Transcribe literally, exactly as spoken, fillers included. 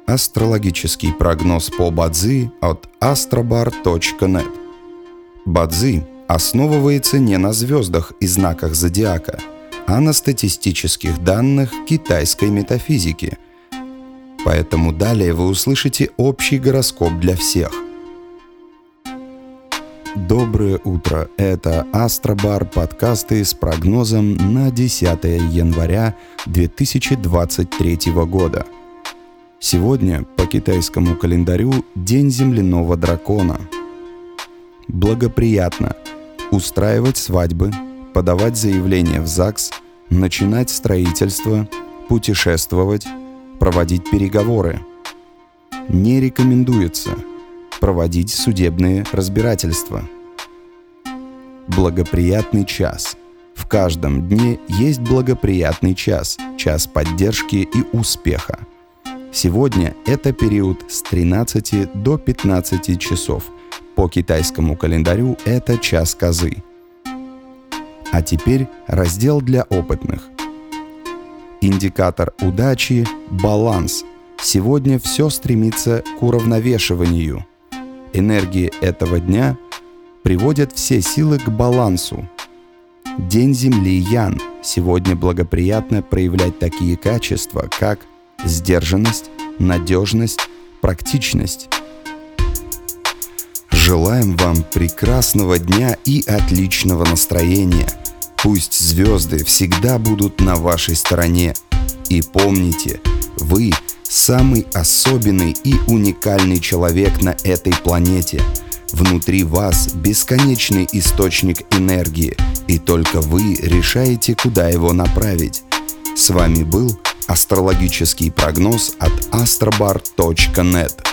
Астрологический прогноз по Бадзи от астробар точка нет. Бадзи основывается не на звездах и знаках зодиака, а на статистических данных китайской метафизики. Поэтому далее вы услышите общий гороскоп для всех. Доброе утро! Это Астробар, подкасты с прогнозом на десятое января две тысячи двадцать третьего года. Сегодня по китайскому календарю День земляного дракона. Благоприятно устраивать свадьбы, подавать заявления в ЗАГС, начинать строительство, путешествовать, проводить переговоры. Не рекомендуется проводить судебные разбирательства. Благоприятный час. В каждом дне есть благоприятный час, час поддержки и успеха. Сегодня это период с тринадцати до пятнадцати часов. По китайскому календарю это час козы. А теперь раздел для опытных. Индикатор удачи – баланс. Сегодня все стремится к уравновешиванию. Энергии этого дня приводят все силы к балансу. День Земли Ян. Сегодня благоприятно проявлять такие качества, как сдержанность, надежность, практичность. Желаем вам прекрасного дня и отличного настроения. Пусть звезды всегда будут на вашей стороне. И помните, вы самый особенный и уникальный человек на этой планете. Внутри вас бесконечный источник энергии, и только вы решаете, куда его направить. С вами был астрологический прогноз от астробар точка нет.